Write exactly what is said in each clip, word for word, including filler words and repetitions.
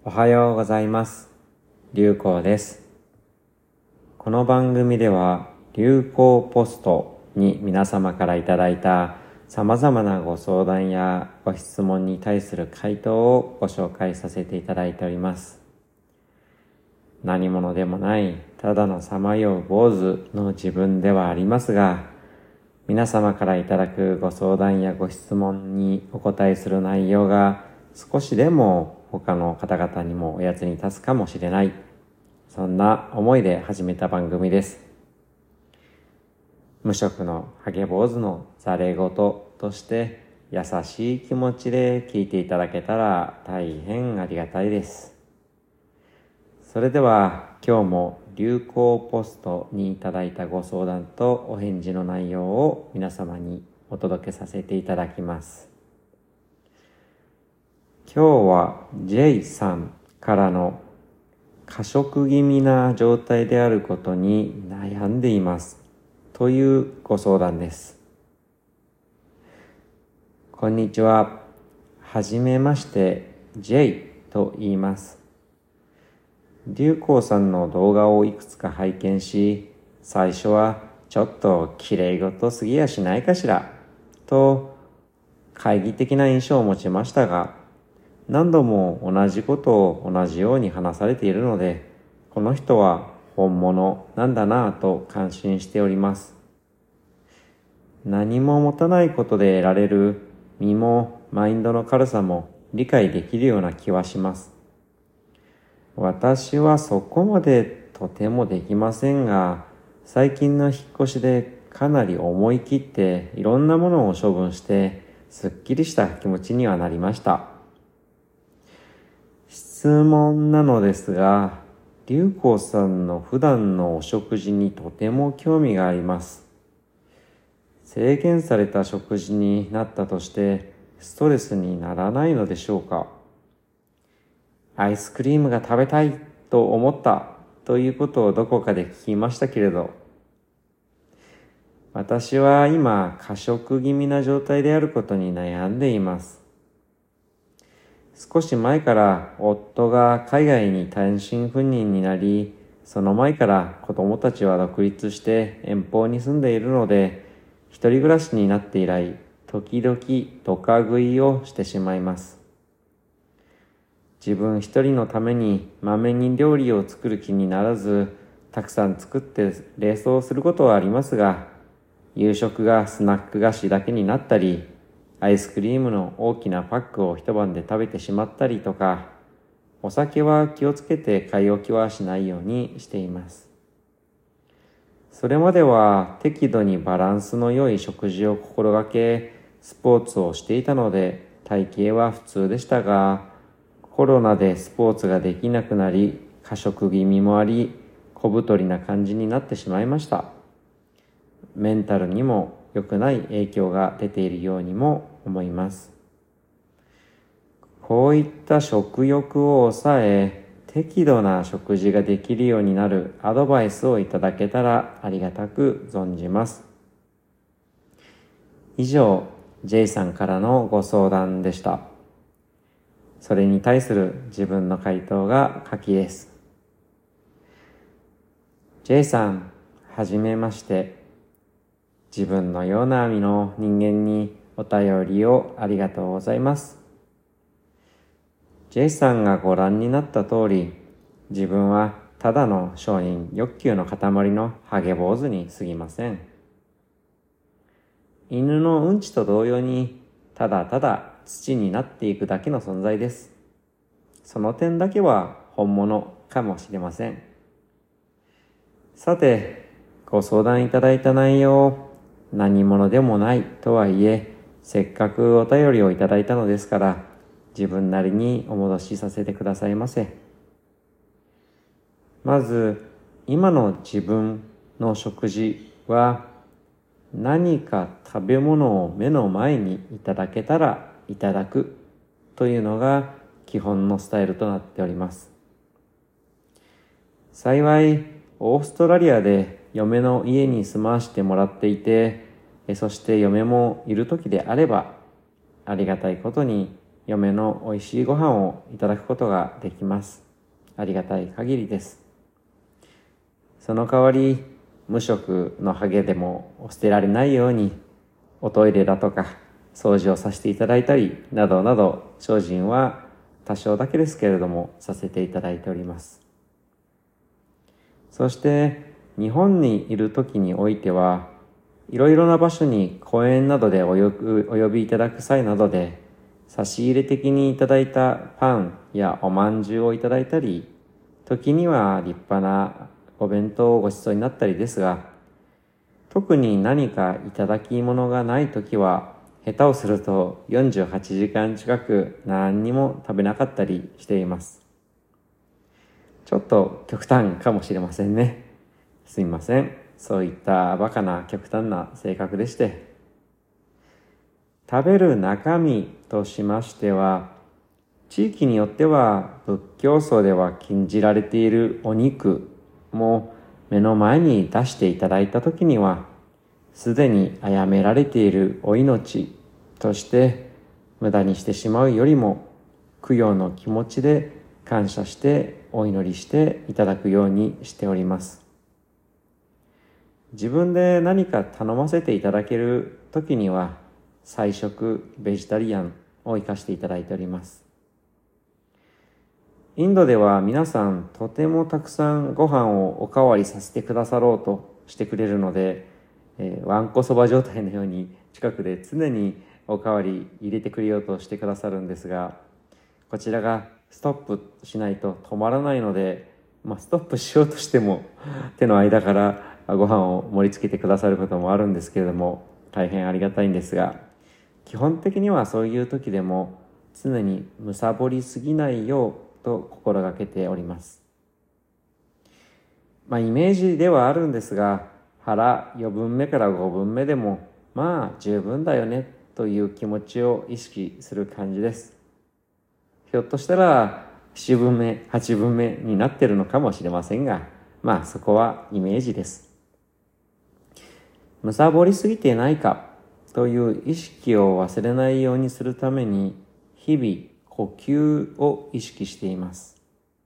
おはようございます。流行です。この番組では流行ポストに皆様からいただいた様々なご相談やご質問に対する回答をご紹介させていただいております。何者でもないただのさまよう坊主の自分ではありますが、皆様からいただくご相談やご質問にお答えする内容が少しでも他の方々にもお役に立つかもしれない、そんな思いで始めた番組です。無職のハゲ坊主のざれ言として優しい気持ちで聞いていただけたら大変ありがたいです。それでは今日も流行ポストにいただいたご相談とお返事の内容を皆様にお届けさせていただきます。今日は J さんからの過食気味な状態であることに悩んでいますというご相談です。こんにちは。はじめまして J と言います。流行さんの動画をいくつか拝見し、最初はちょっと綺麗事すぎやしないかしらと懐疑的な印象を持ちましたが、何度も同じことを同じように話されているので、この人は本物なんだなぁと感心しております。何も持たないことで得られる身もマインドの軽さも理解できるような気はします。私はそこまでとてもできませんが、最近の引っ越しでかなり思い切っていろんなものを処分してすっきりした気持ちにはなりました。質問なのですが、流行さんの普段のお食事にとても興味があります。制限された食事になったとしてストレスにならないのでしょうか。アイスクリームが食べたいと思ったということをどこかで聞きましたけれど、私は今過食気味な状態であることに悩んでいます。少し前から夫が海外に単身赴任になり、その前から子供たちは独立して遠方に住んでいるので、一人暮らしになって以来、時々ドカ食いをしてしまいます。自分一人のためにまめに料理を作る気にならず、たくさん作って冷凍することはありますが、夕食がスナック菓子だけになったり、アイスクリームの大きなパックを一晩で食べてしまったりとか、お酒は気をつけて買い置きはしないようにしています。それまでは適度にバランスの良い食事を心がけ、スポーツをしていたので体型は普通でしたが、コロナでスポーツができなくなり、過食気味もあり、小太りな感じになってしまいました。メンタルにも良くない影響が出ているようにも思います。こういった食欲を抑え、適度な食事ができるようになるアドバイスをいただけたらありがたく存じます。以上、J さんからのご相談でした。それに対する自分の回答が下記です。J さん、はじめまして。自分のような身の人間にお便りをありがとうございます。J さんがご覧になった通り、自分はただの承認欲求の塊のハゲ坊主に過ぎません。犬のうんちと同様に、ただただ土になっていくだけの存在です。その点だけは本物かもしれません。さて、ご相談いただいた内容、何者でもないとはいえ、せっかくお便りをいただいたのですから、自分なりにお戻しさせてくださいませ。まず、今の自分の食事は、何か食べ物を目の前にいただけたらいただくというのが基本のスタイルとなっております。幸い、オーストラリアで嫁の家に住まわしてもらっていて、そして嫁もいる時であれば、ありがたいことに嫁のおいしいご飯をいただくことができます。ありがたい限りです。その代わり、無職のハゲでも捨てられないように、おトイレだとか掃除をさせていただいたりなどなど、精進は多少だけですけれどもさせていただいております。そして日本にいる時においては、いろいろな場所に講演などでお呼び、お呼びいただく際などで、差し入れ的にいただいたパンやおまんじゅうをいただいたり、時には立派なお弁当をご馳走になったりですが、特に何かいただき物がないときは、下手をするとよんじゅうはちじかん近く何にも食べなかったりしています。ちょっと極端かもしれませんね。すみません。そういったバカな極端な性格でして。食べる中身としましては、地域によっては仏教僧では禁じられているお肉も目の前に出していただいたときには、すでに殺められているお命として無駄にしてしまうよりも、供養の気持ちで感謝してお祈りしていただくようにしております。自分で何か頼ませていただけるときには、菜食ベジタリアンを生かしていただいております。インドでは皆さんとてもたくさんご飯をおかわりさせてくださろうとしてくれるので、えー、わんこそば状態のように近くで常におかわり入れてくれようとしてくださるんですが、こちらがストップしないと止まらないので、まあ、ストップしようとしても手の間からご飯を盛り付けてくださることもあるんですけれども、大変ありがたいんですが、基本的にはそういう時でも常にむさぼりすぎないようと心がけております。まあイメージではあるんですが、腹よぶんめからごぶんめでもまあ十分だよねという気持ちを意識する感じです。ひょっとしたらななぶんめ、はちぶんめになってるのかもしれませんが、まあそこはイメージです。むさぼりすぎてないかという意識を忘れないようにするために、日々呼吸を意識しています。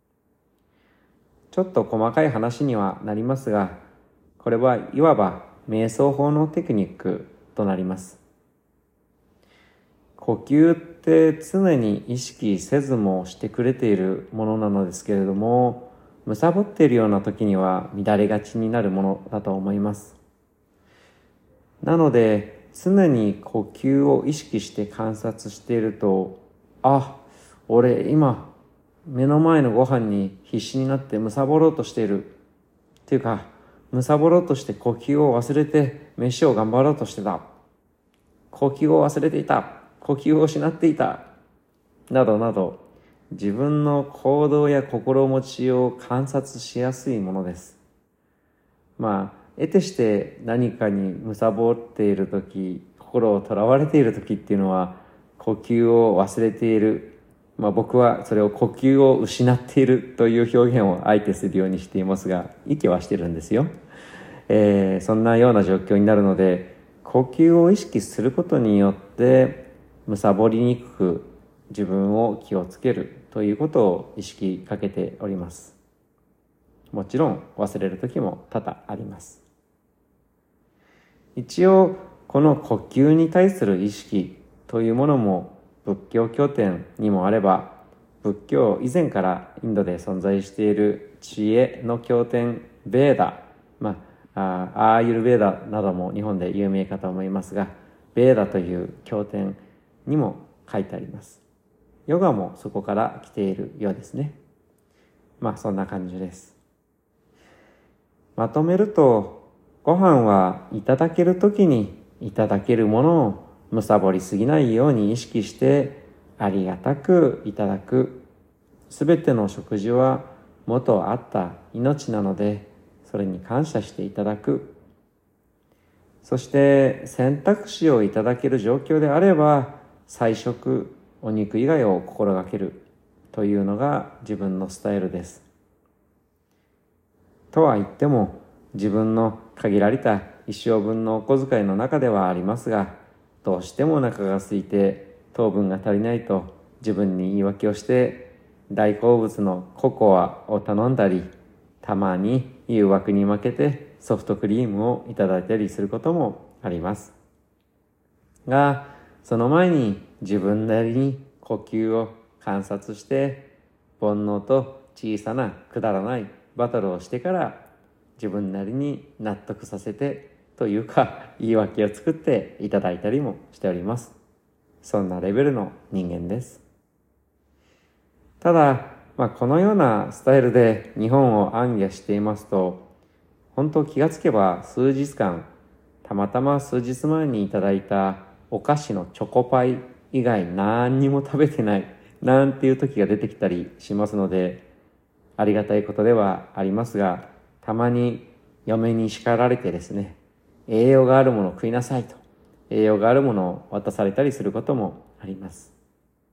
ちょっと細かい話にはなりますが、これはいわば瞑想法のテクニックとなります。呼吸って常に意識せずもしてくれているものなのですけれども、むさぼっているような時には乱れがちになるものだと思います。なので常に呼吸を意識して観察していると、あ、俺今目の前のご飯に必死になってむさぼろうとしているっていうか、むさぼろうとして呼吸を忘れて飯を頑張ろうとしてた、呼吸を忘れていた、呼吸を失っていた、などなど、自分の行動や心持ちを観察しやすいものです。まあ得てして何かにむさぼっているとき、心をとらわれているときっていうのは呼吸を忘れている、まあ僕はそれを呼吸を失っているという表現をあえてするようにしていますが、息はしてるんですよ。えー、そんなような状況になるので、呼吸を意識することによってむさぼりにくく自分を気をつけるということを意識かけております。もちろん忘れる時も多々あります。一応この呼吸に対する意識というものも仏教経典にもあれば、仏教以前からインドで存在している知恵の経典ベーダ、まあ、アーユルベーダなども日本で有名かと思いますが、ベーダという経典にも書いてあります。ヨガもそこから来ているようですね。まあそんな感じです。まとめると、ご飯はいただけるときにいただけるものをむさぼりすぎないように意識してありがたくいただく。すべての食事は元あった命なので、それに感謝していただく。そして選択肢をいただける状況であれば、菜食、お肉以外を心がけるというのが自分のスタイルです。とは言っても、自分の限られた一生分のお小遣いの中ではありますが、どうしてもお腹が空いて糖分が足りないと自分に言い訳をして大好物のココアを頼んだり、たまに誘惑に負けてソフトクリームをいただいたりすることもあります。が、その前に自分なりに呼吸を観察して、煩悩と小さなくだらないバトルをしてから自分なりに納得させてというか言い訳を作っていただいたりもしております。そんなレベルの人間です。ただ、まあ、このようなスタイルで日本を行脚していますと、本当気がつけば数日間、たまたま数日前にいただいたお菓子のチョコパイ以外何にも食べてないなんていう時が出てきたりしますので、ありがたいことではありますが、たまに嫁に叱られてですね、栄養があるものを食いなさいと、栄養があるものを渡されたりすることもあります。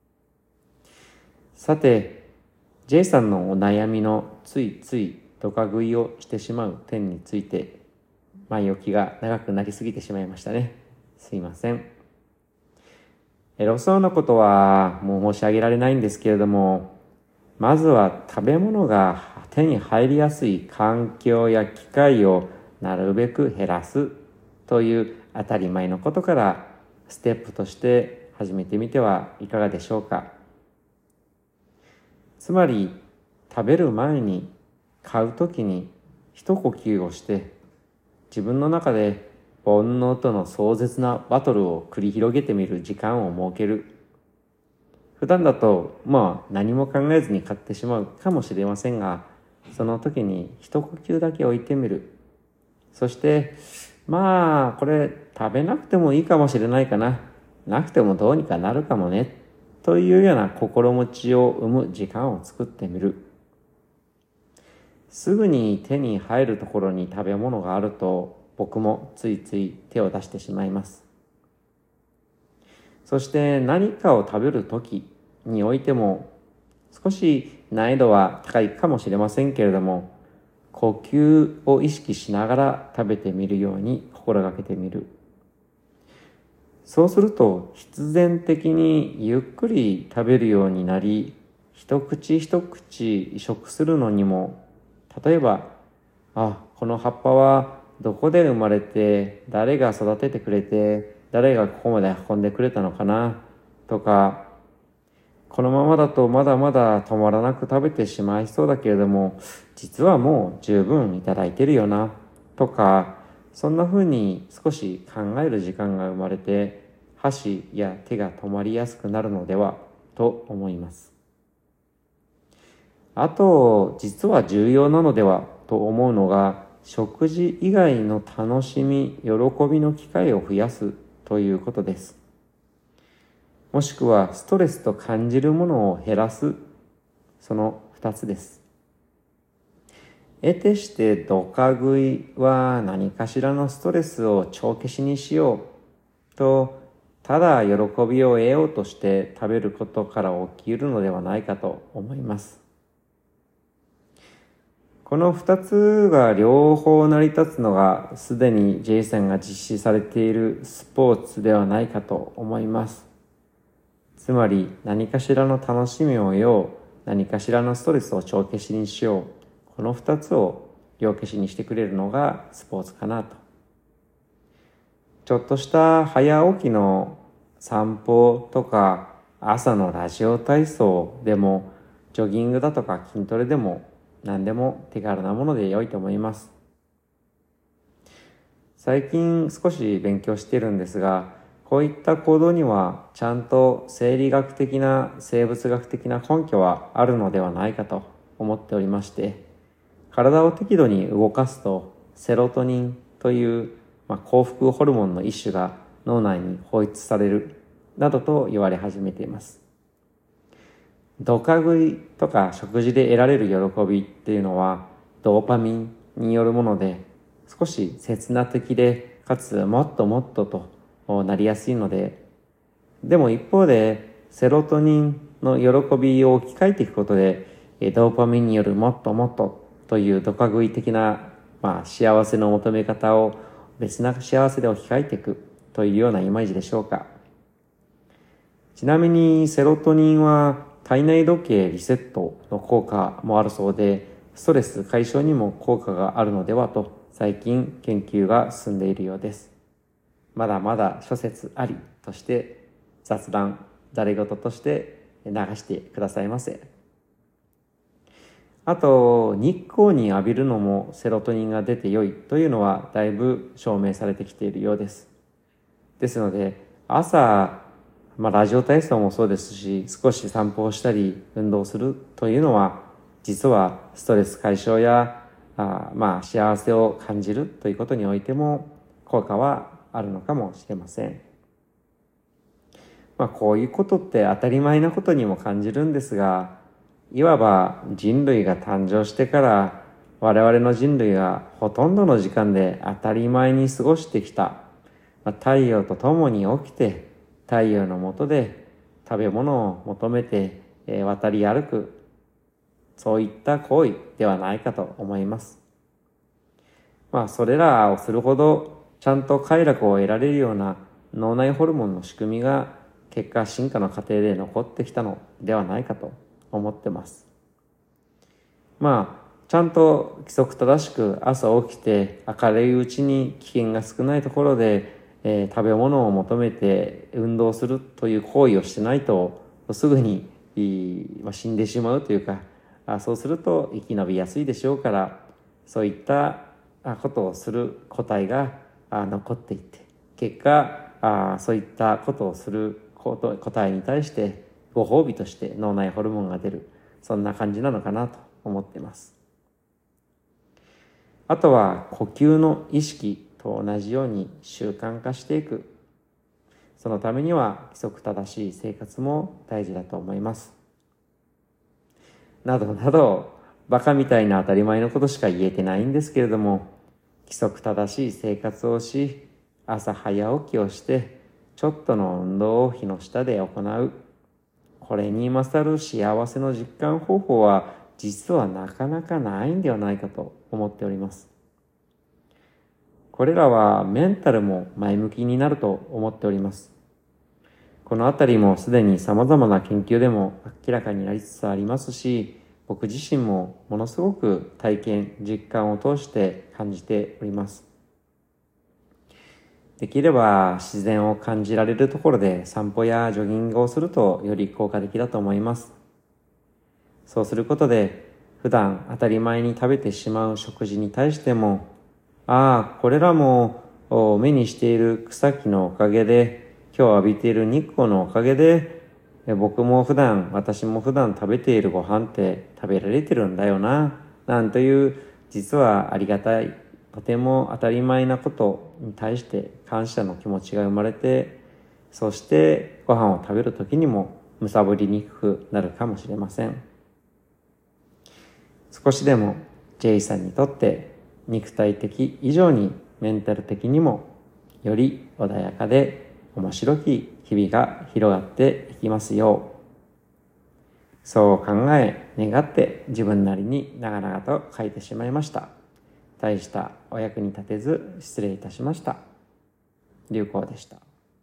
さて、J さんのお悩みのついついドカ食いをしてしまう点について、前置きが長くなりすぎてしまいましたね。すいません。エロそうなことはもう申し上げられないんですけれども、まずは食べ物が手に入りやすい環境や機会をなるべく減らすという当たり前のことからステップとして始めてみてはいかがでしょうか。つまり食べる前に買うときに一呼吸をして自分の中で煩悩との壮絶なバトルを繰り広げてみる時間を設ける。普段だとまあ何も考えずに買ってしまうかもしれませんが、その時に一呼吸だけ置いてみる。そしてまあこれ食べなくてもいいかもしれないかな、なくてもどうにかなるかもねというような心持ちを生む時間を作ってみる。すぐに手に入るところに食べ物があると僕もついつい手を出してしまいます。そして何かを食べるときにおいても少し難易度は高いかもしれませんけれども、呼吸を意識しながら食べてみるように心がけてみる。そうすると必然的にゆっくり食べるようになり、一口一口移植するのにも、例えば、あ、この葉っぱはどこで生まれて、誰が育ててくれて、誰がここまで運んでくれたのかなとか、このままだとまだまだ止まらなく食べてしまいそうだけれども、実はもう十分いただいてるよなとか、そんな風に少し考える時間が生まれて、箸や手が止まりやすくなるのではと思います。あと、実は重要なのではと思うのが、食事以外の楽しみ、喜びの機会を増やすということです。もしくはストレスと感じるものを減らす、その二つです。得てしてドカ食いは何かしらのストレスを帳消しにしようと、ただ喜びを得ようとして食べることから起きるのではないかと思います。この二つが両方成り立つのがすでに J さんが実施されているスポーツではないかと思います。つまり何かしらの楽しみを得よう、何かしらのストレスを帳消しにしよう、この二つを両消しにしてくれるのがスポーツかなと。ちょっとした早起きの散歩とか朝のラジオ体操でも、ジョギングだとか筋トレでも何でも手軽なもので良いと思います。最近少し勉強しているんですが、こういった行動にはちゃんと生理学的な生物学的な根拠はあるのではないかと思っておりまして、体を適度に動かすとセロトニンという、まあ、幸福ホルモンの一種が脳内に放出されるなどと言われ始めています。ドカ食いとか食事で得られる喜びっていうのはドーパミンによるもので、少し刹那的でかつもっともっととなりやすいので、でも一方でセロトニンの喜びを置き換えていくことで、ドーパミンによるもっともっとというドカ食い的な、まあ、幸せの求め方を別な幸せで置き換えていくというようなイメージでしょうか。 ちなみにセロトニンは体内時計リセットの効果もあるそうで、ストレス解消にも効果があるのではと最近研究が進んでいるようです。まだまだ諸説ありとして雑談、ざれ言として流してくださいませ。あと、日光に浴びるのもセロトニンが出て良いというのはだいぶ証明されてきているようです。ですので、朝、まあ、ラジオ体操もそうですし、少し散歩をしたり運動するというのは、実はストレス解消や、あまあ幸せを感じるということにおいても効果はあるのかもしれません。まあこういうことって当たり前なことにも感じるんですが、いわば人類が誕生してから我々の人類がほとんどの時間で当たり前に過ごしてきた、まあ、太陽と共に起きて太陽の下で食べ物を求めて、えー、渡り歩く、そういった行為ではないかと思います。まあそれらをするほどちゃんと快楽を得られるような脳内ホルモンの仕組みが結果進化の過程で残ってきたのではないかと思ってます。まあちゃんと規則正しく朝起きて明るいうちに危険が少ないところで、えー、食べ物を求めて運動するという行為をしてないとすぐに、まあ、死んでしまうというか、あそうすると生き延びやすいでしょうから、そういったことをする個体が残っていって、結果あそういったことをする個体に対してご褒美として脳内ホルモンが出る、そんな感じなのかなと思っています。あとは呼吸の意識と同じように習慣化していく、そのためには規則正しい生活も大事だと思います。などなど、バカみたいな当たり前のことしか言えてないんですけれども、規則正しい生活をし、朝早起きをして、ちょっとの運動を日の下で行う。これに勝る幸せの実感方法は実はなかなかないんではないかと思っております。これらはメンタルも前向きになると思っております。このあたりもすでに様々な研究でも明らかになりつつありますし、僕自身もものすごく体験、実感を通して感じております。できれば自然を感じられるところで散歩やジョギングをするとより効果的だと思います。そうすることで普段当たり前に食べてしまう食事に対しても、ああ、これらも目にしている草木のおかげで、今日浴びている日光のおかげで、僕も普段、私も普段食べているご飯って食べられてるんだよな、なんという実はありがたい、とても当たり前なことに対して感謝の気持ちが生まれて、そしてご飯を食べる時にもむさぼりにくくなるかもしれません。少しでも J さんにとって肉体的以上にメンタル的にもより穏やかで面白き日々が広がっていきますよう、そう考え願って自分なりに長々と書いてしまいました。大したお役に立てず失礼いたしました。流行でした。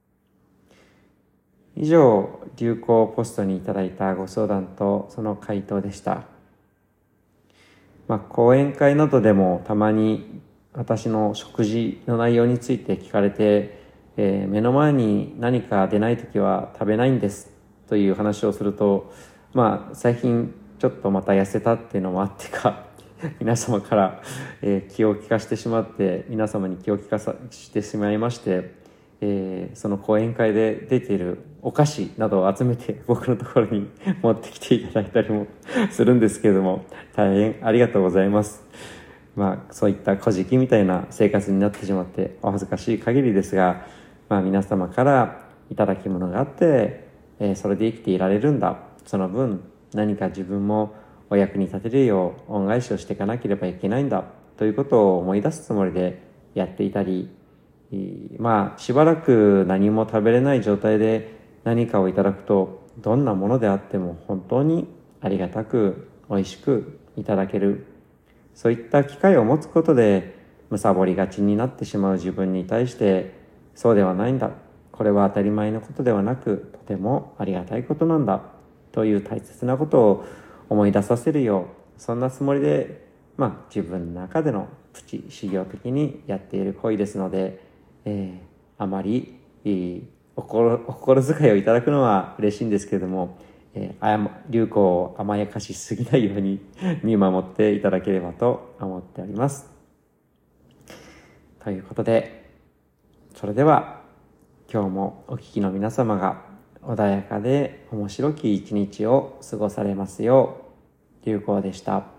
以上、流行ポストにいただいたご相談とその回答でした。まあ、講演会などでもたまに私の食事の内容について聞かれて、えー、目の前に何か出ないときは食べないんですという話をすると、まあ最近ちょっとまた痩せたっていうのもあってか皆様から、えー、気を利かしてしまって皆様に気を利かさしてしまいまして、えー、その講演会で出ているお菓子などを集めて僕のところに持ってきていただいたりもするんですけれども、大変ありがとうございます。まあそういった小じみたいな生活になってしまってお恥ずかしい限りですが、まあ皆様からいただき物があって、えー、それで生きていられるんだ。その分何か自分もお役に立てるよう恩返しをしていかなければいけないんだということを思い出すつもりでやっていたり、まあしばらく何も食べれない状態で何かをいただくと、どんなものであっても本当にありがたく美味しくいただける、そういった機会を持つことでむさぼりがちになってしまう自分に対して、そうではないんだ、 これは当たり前のことではなく、とてもありがたいことなんだという大切なことを思い出させるよう、そんなつもりで、まあ自分の中でのプチ修行的にやっている行為ですので、えー、あまりいいお心、お心遣いをいただくのは嬉しいんですけれども、えー、あやま流行を甘やかしすぎないように見守っていただければと思っております。ということで、それでは今日もお聞きの皆様が穏やかで面白き一日を過ごされますよう、流行でした。